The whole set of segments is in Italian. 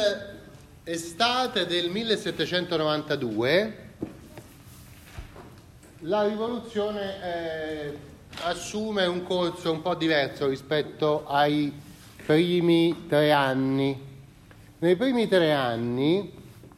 Nell'estate del 1792 la rivoluzione assume un corso un po' diverso rispetto ai primi 3 anni. Nei primi 3 anni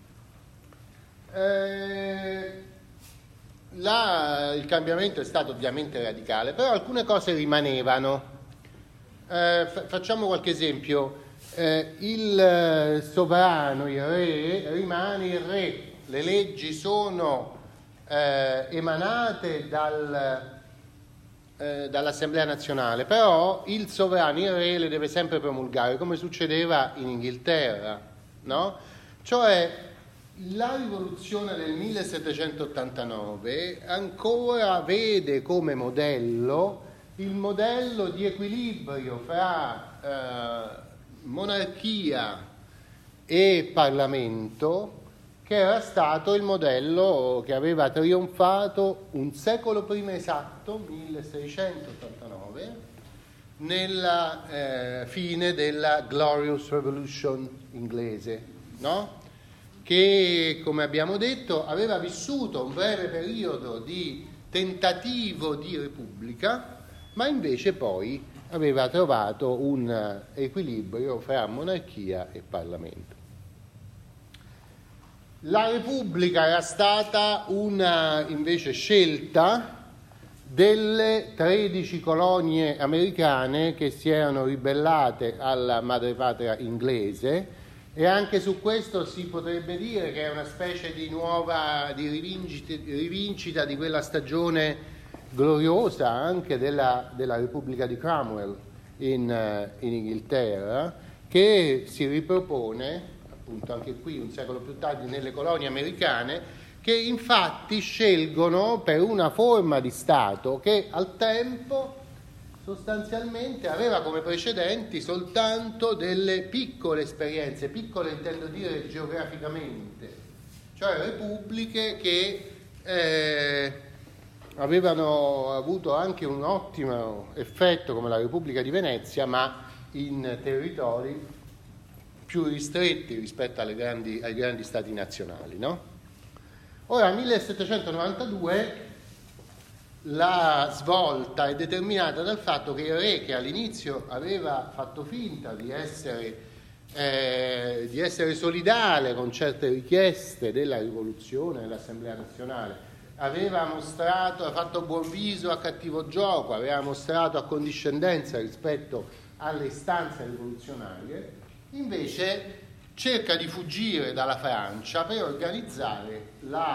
il cambiamento è stato ovviamente radicale, però alcune cose rimanevano. Facciamo qualche esempio. Il sovrano, il re, rimane il re. Le leggi sono emanate dall'Assemblea nazionale, però il sovrano, il re, le deve sempre promulgare, come succedeva in Inghilterra, no? Cioè la rivoluzione del 1789 ancora vede come modello il modello di equilibrio fra monarchia e Parlamento, che era stato il modello che aveva trionfato un secolo prima esatto, 1689, nella fine della Glorious Revolution inglese, no? Che, come abbiamo detto, aveva vissuto un breve periodo di tentativo di repubblica, ma invece poi aveva trovato un equilibrio fra monarchia e Parlamento. La Repubblica era stata una invece scelta delle 13 colonie americane che si erano ribellate alla madrepatria inglese, e anche su questo si potrebbe dire che è una specie di nuova rivincita di quella stagione gloriosa anche della Repubblica di Cromwell in Inghilterra, che si ripropone appunto anche qui un secolo più tardi nelle colonie americane, che infatti scelgono per una forma di Stato che al tempo sostanzialmente aveva come precedenti soltanto delle piccole esperienze, piccole intendo dire geograficamente, cioè repubbliche che avevano avuto anche un ottimo effetto come la Repubblica di Venezia, ma in territori più ristretti rispetto ai grandi stati nazionali, no? Ora, nel 1792 la svolta è determinata dal fatto che il re, che all'inizio aveva fatto finta di essere solidale con certe richieste della rivoluzione dell'Assemblea nazionale, aveva fatto buon viso a cattivo gioco, aveva mostrato accondiscendenza rispetto alle istanze rivoluzionarie, invece cerca di fuggire dalla Francia per organizzare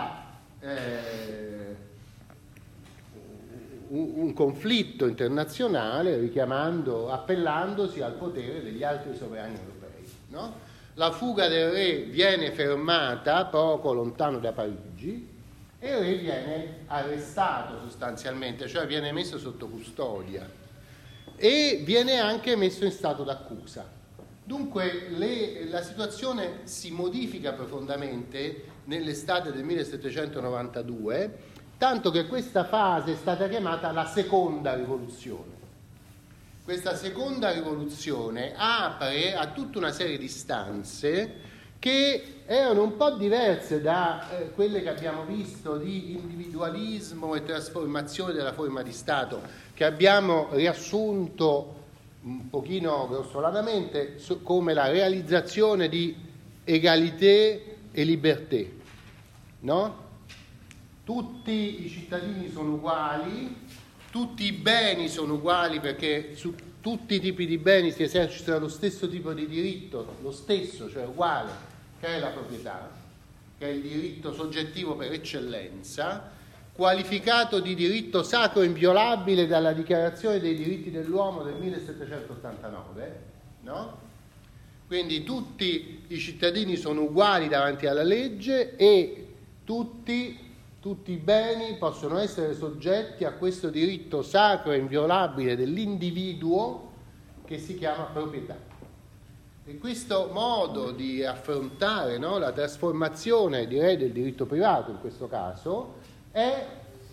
un conflitto internazionale, appellandosi al potere degli altri sovrani europei, no? La fuga del re viene fermata poco lontano da Parigi e il re viene arrestato sostanzialmente, cioè viene messo sotto custodia e viene anche messo in stato d'accusa. Dunque la situazione si modifica profondamente nell'estate del 1792, tanto che questa fase è stata chiamata la seconda rivoluzione. Questa seconda rivoluzione apre a tutta una serie di istanze che erano un po' diverse da quelle che abbiamo visto di individualismo e trasformazione della forma di Stato, che abbiamo riassunto un pochino grossolanamente come la realizzazione di égalité e liberté, no? Tutti i cittadini sono uguali, tutti i beni sono uguali perché su tutti i tipi di beni si esercita lo stesso tipo di diritto, lo stesso, cioè uguale, che è la proprietà, che è il diritto soggettivo per eccellenza, qualificato di diritto sacro e inviolabile dalla Dichiarazione dei diritti dell'uomo del 1789, no? Quindi tutti i cittadini sono uguali davanti alla legge e tutti i beni possono essere soggetti a questo diritto sacro e inviolabile dell'individuo che si chiama proprietà. E questo modo di affrontare, no, la trasformazione, direi, del diritto privato in questo caso è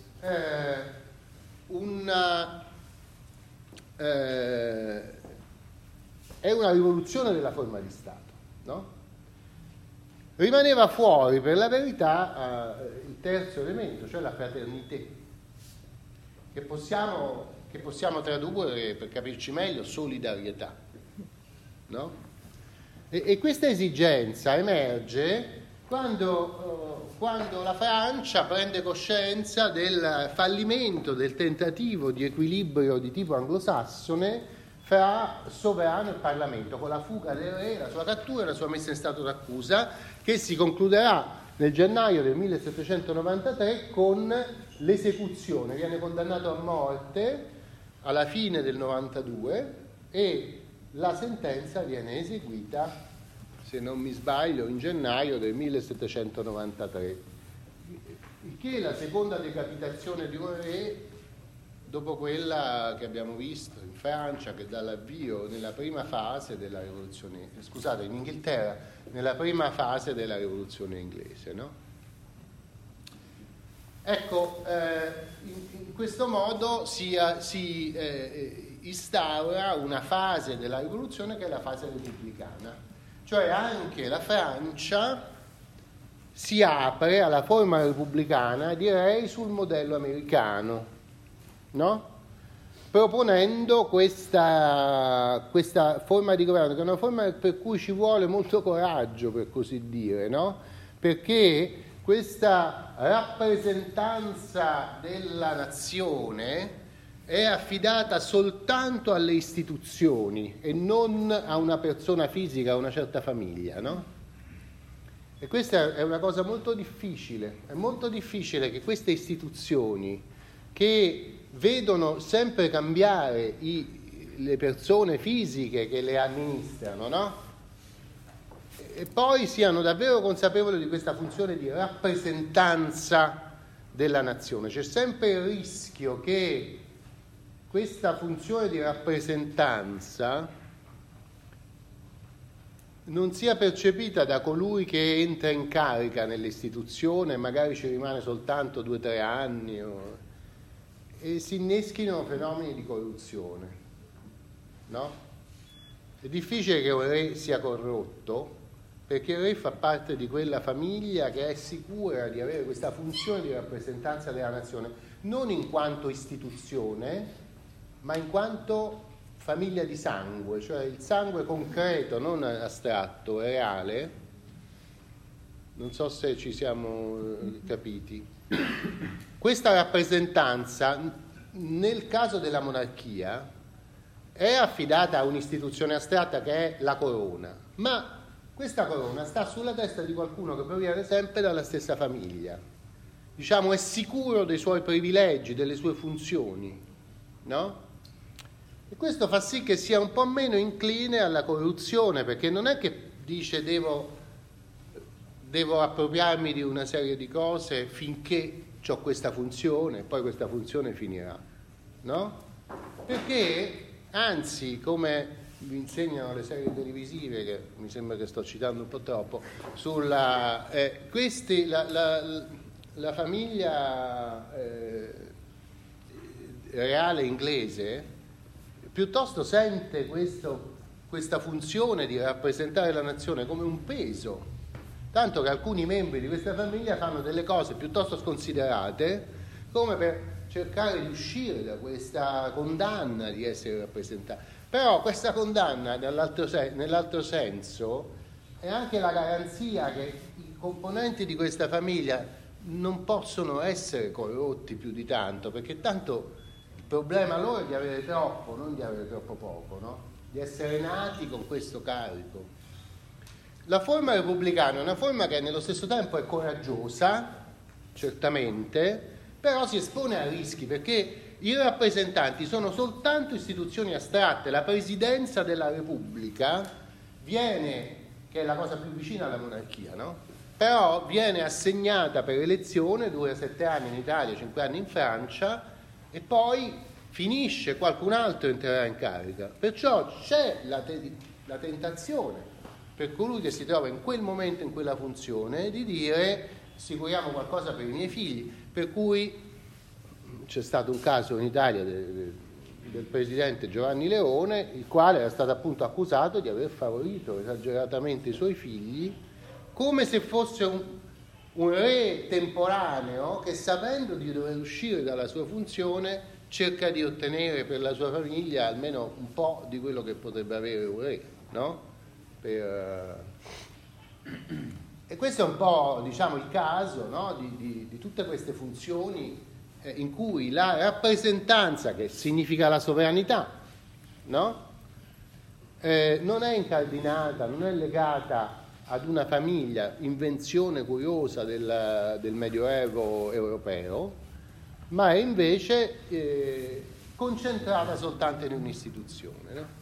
una rivoluzione della forma di Stato, no? Rimaneva fuori, per la verità, il terzo elemento, cioè la fraternità, che possiamo tradurre, per capirci meglio, solidarietà, no? E questa esigenza emerge quando la Francia prende coscienza del fallimento del tentativo di equilibrio di tipo anglosassone fra sovrano e Parlamento, con la fuga del re, la sua cattura e la sua messa in stato d'accusa, che si concluderà nel gennaio del 1793 con l'esecuzione. Viene condannato a morte alla fine del 92 e la sentenza viene eseguita, se non mi sbaglio, in gennaio del 1793. Il che è la seconda decapitazione di un re dopo quella che abbiamo visto in Francia, che dà l'avvio nella prima fase della rivoluzione, scusate, in Inghilterra, nella prima fase della rivoluzione inglese, no? Ecco, in questo modo si instaura una fase della rivoluzione che è la fase repubblicana, cioè anche la Francia si apre alla forma repubblicana, direi sul modello americano, no? Proponendo questa forma di governo, che è una forma per cui ci vuole molto coraggio, per così dire, no? Perché questa rappresentanza della nazione è affidata soltanto alle istituzioni e non a una persona fisica, a una certa famiglia, no? E questa è una cosa molto difficile. È molto difficile che queste istituzioni, che vedono sempre cambiare le persone fisiche che le amministrano, no? E poi siano davvero consapevoli di questa funzione di rappresentanza della nazione. C'è sempre il rischio che questa funzione di rappresentanza non sia percepita da colui che entra in carica nell'istituzione, magari ci rimane soltanto 2 o 3 anni, e si inneschino fenomeni di corruzione, no? È difficile che un re sia corrotto, perché il re fa parte di quella famiglia che è sicura di avere questa funzione di rappresentanza della nazione, non in quanto istituzione, ma in quanto famiglia di sangue, cioè il sangue concreto, non astratto, reale. Non so se ci siamo capiti. Questa rappresentanza, nel caso della monarchia, è affidata a un'istituzione astratta che è la corona, ma questa corona sta sulla testa di qualcuno che proviene sempre dalla stessa famiglia. Diciamo, è sicuro dei suoi privilegi, delle sue funzioni, no? E questo fa sì che sia un po' meno incline alla corruzione, perché non è che dice devo appropriarmi di una serie di cose finché ho questa funzione, poi questa funzione finirà, no? Perché, anzi, come vi insegnano le serie televisive, che mi sembra che sto citando un po' troppo, sulla la famiglia reale inglese piuttosto sente questa funzione di rappresentare la nazione come un peso, tanto che alcuni membri di questa famiglia fanno delle cose piuttosto sconsiderate, come per cercare di uscire da questa condanna di essere rappresentati. Però questa condanna, nell'altro senso, è anche la garanzia che i componenti di questa famiglia non possono essere corrotti più di tanto, perché tanto il problema loro è di avere troppo, non di avere troppo poco, no? Di essere nati con questo carico. La forma repubblicana è una forma che nello stesso tempo è coraggiosa, certamente, però si espone a rischi, perché i rappresentanti sono soltanto istituzioni astratte. La presidenza della Repubblica viene, che è la cosa più vicina alla monarchia, no? Però viene assegnata per elezione, dura 7 anni in Italia, 5 anni in Francia, e poi finisce, qualcun altro entrerà in carica. Perciò c'è la tentazione per colui che si trova in quel momento, in quella funzione, di dire assicuriamo qualcosa per i miei figli. Per cui c'è stato un caso in Italia del presidente Giovanni Leone, il quale era stato appunto accusato di aver favorito esageratamente i suoi figli come se fosse un re temporaneo che, sapendo di dover uscire dalla sua funzione, cerca di ottenere per la sua famiglia almeno un po' di quello che potrebbe avere un re, no? E questo è un po', diciamo, il caso, no? di tutte queste funzioni in cui la rappresentanza, che significa la sovranità, no? Non è incardinata, non è legata ad una famiglia, invenzione curiosa del Medioevo europeo, ma è invece concentrata soltanto in un'istituzione, no?